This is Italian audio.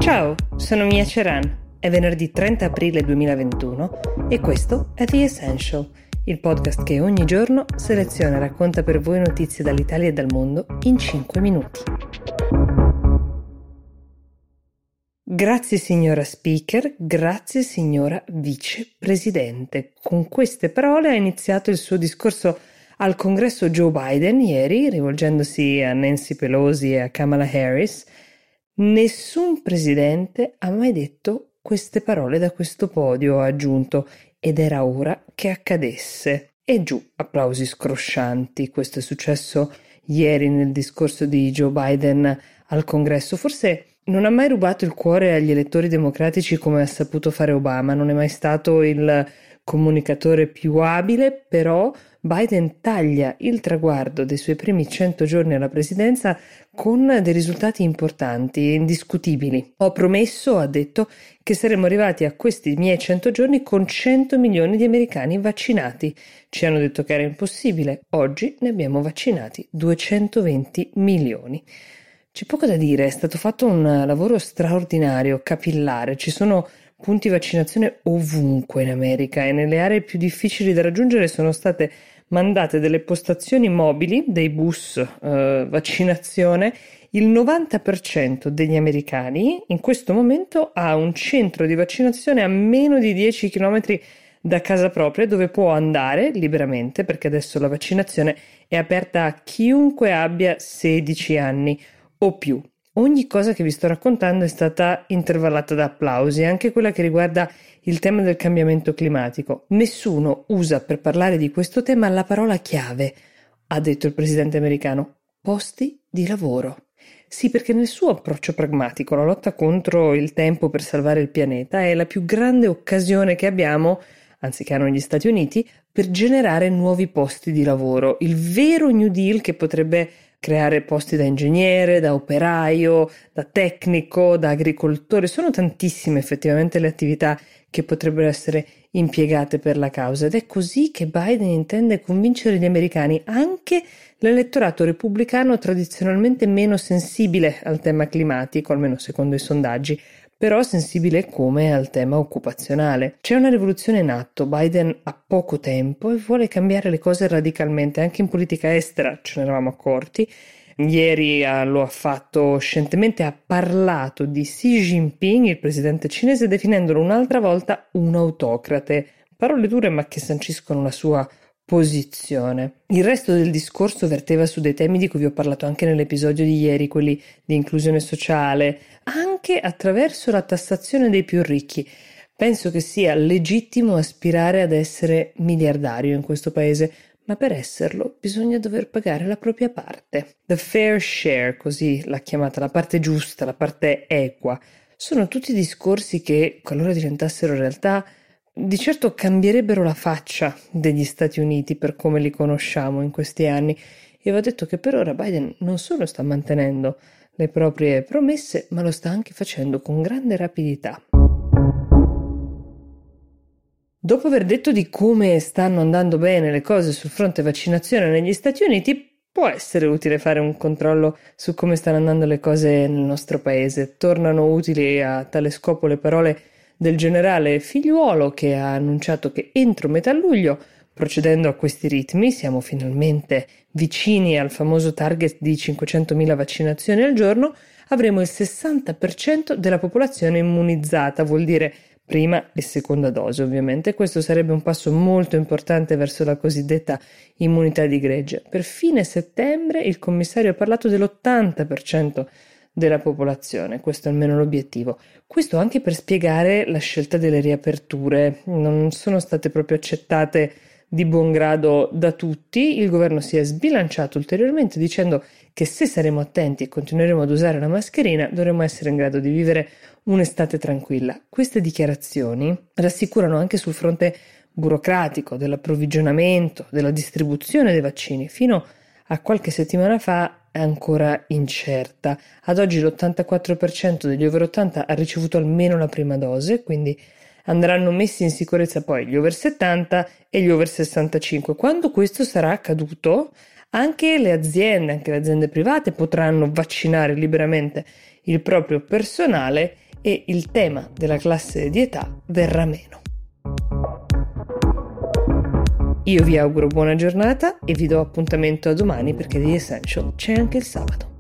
Ciao, sono Mia Ceran. È venerdì 30 aprile 2021 e questo è The Essential, il podcast che ogni giorno seleziona e racconta per voi notizie dall'Italia e dal mondo in 5 minuti. Grazie signora Speaker, grazie signora Vicepresidente. Con queste parole ha iniziato il suo discorso al Congresso Joe Biden ieri, rivolgendosi a Nancy Pelosi e a Kamala Harris. Nessun presidente ha mai detto queste parole da questo podio, ha aggiunto, ed era ora che accadesse. E giù, applausi scroscianti. Questo è successo ieri nel discorso di Joe Biden al Congresso. Forse non ha mai rubato il cuore agli elettori democratici come ha saputo fare Obama, non è mai stato il comunicatore più abile, però Biden taglia il traguardo dei suoi primi 100 giorni alla presidenza con dei risultati importanti e indiscutibili. Ho promesso, ha detto, che saremmo arrivati a questi miei 100 giorni con 100 milioni di americani vaccinati. Ci hanno detto che era impossibile. Oggi ne abbiamo vaccinati 220 milioni. C'è poco da dire, è stato fatto un lavoro straordinario, capillare. Ci sono punti vaccinazione ovunque in America e nelle aree più difficili da raggiungere sono state mandate delle postazioni mobili, dei bus vaccinazione. Il 90% degli americani in questo momento ha un centro di vaccinazione a meno di 10 km da casa propria dove può andare liberamente, perché adesso la vaccinazione è aperta a chiunque abbia 16 anni o più. Ogni cosa che vi sto raccontando è stata intervallata da applausi, anche quella che riguarda il tema del cambiamento climatico. Nessuno usa per parlare di questo tema la parola chiave, ha detto il presidente americano: posti di lavoro. Sì, perché nel suo approccio pragmatico la lotta contro il tempo per salvare il pianeta è la più grande occasione che abbiamo, anzi che hanno gli Stati Uniti, per generare nuovi posti di lavoro. Il vero New Deal che potrebbe creare posti da ingegnere, da operaio, da tecnico, da agricoltore. Sono tantissime effettivamente le attività che potrebbero essere impiegate per la causa ed è così che Biden intende convincere gli americani, anche l'elettorato repubblicano tradizionalmente meno sensibile al tema climatico, almeno secondo i sondaggi, però sensibile come al tema occupazionale. C'è una rivoluzione in atto, Biden ha poco tempo e vuole cambiare le cose radicalmente, anche in politica estera, ce ne eravamo accorti. Ieri lo ha fatto scientemente, ha parlato di Xi Jinping, il presidente cinese, definendolo un'altra volta un autocrate. Parole dure ma che sanciscono la sua posizione. Il resto del discorso verteva su dei temi di cui vi ho parlato anche nell'episodio di ieri, quelli di inclusione sociale, anche attraverso la tassazione dei più ricchi. Penso che sia legittimo aspirare ad essere miliardario in questo paese, ma per esserlo bisogna dover pagare la propria parte. The fair share, così l'ha chiamata, la parte giusta, la parte equa, sono tutti discorsi che, qualora diventassero realtà, di certo cambierebbero la faccia degli Stati Uniti per come li conosciamo in questi anni. E va detto che per ora Biden non solo sta mantenendo le proprie promesse, ma lo sta anche facendo con grande rapidità. Dopo aver detto di come stanno andando bene le cose sul fronte vaccinazione negli Stati Uniti, può essere utile fare un controllo su come stanno andando le cose nel nostro paese. Tornano utili a tale scopo le parole del generale Figliuolo, che ha annunciato che entro metà luglio, procedendo a questi ritmi, siamo finalmente vicini al famoso target di 500.000 vaccinazioni al giorno, avremo il 60% della popolazione immunizzata, vuol dire prima e seconda dose ovviamente. Questo sarebbe un passo molto importante verso la cosiddetta immunità di gregge. Per fine settembre il commissario ha parlato dell'80% della popolazione, questo è almeno l'obiettivo. Questo anche per spiegare la scelta delle riaperture, non sono state proprio accettate di buon grado da tutti. Il governo si è sbilanciato ulteriormente dicendo che se saremo attenti e continueremo ad usare la mascherina dovremo essere in grado di vivere un'estate tranquilla. Queste dichiarazioni rassicurano anche sul fronte burocratico, dell'approvvigionamento, della distribuzione dei vaccini. Fino a qualche settimana fa è ancora incerta. Ad oggi l'84% degli over 80 ha ricevuto almeno la prima dose, quindi andranno messi in sicurezza poi gli over 70 e gli over 65. Quando questo sarà accaduto, anche le aziende private potranno vaccinare liberamente il proprio personale e il tema della classe di età verrà meno. Io vi auguro buona giornata e vi do appuntamento a domani perché di Essential c'è anche il sabato.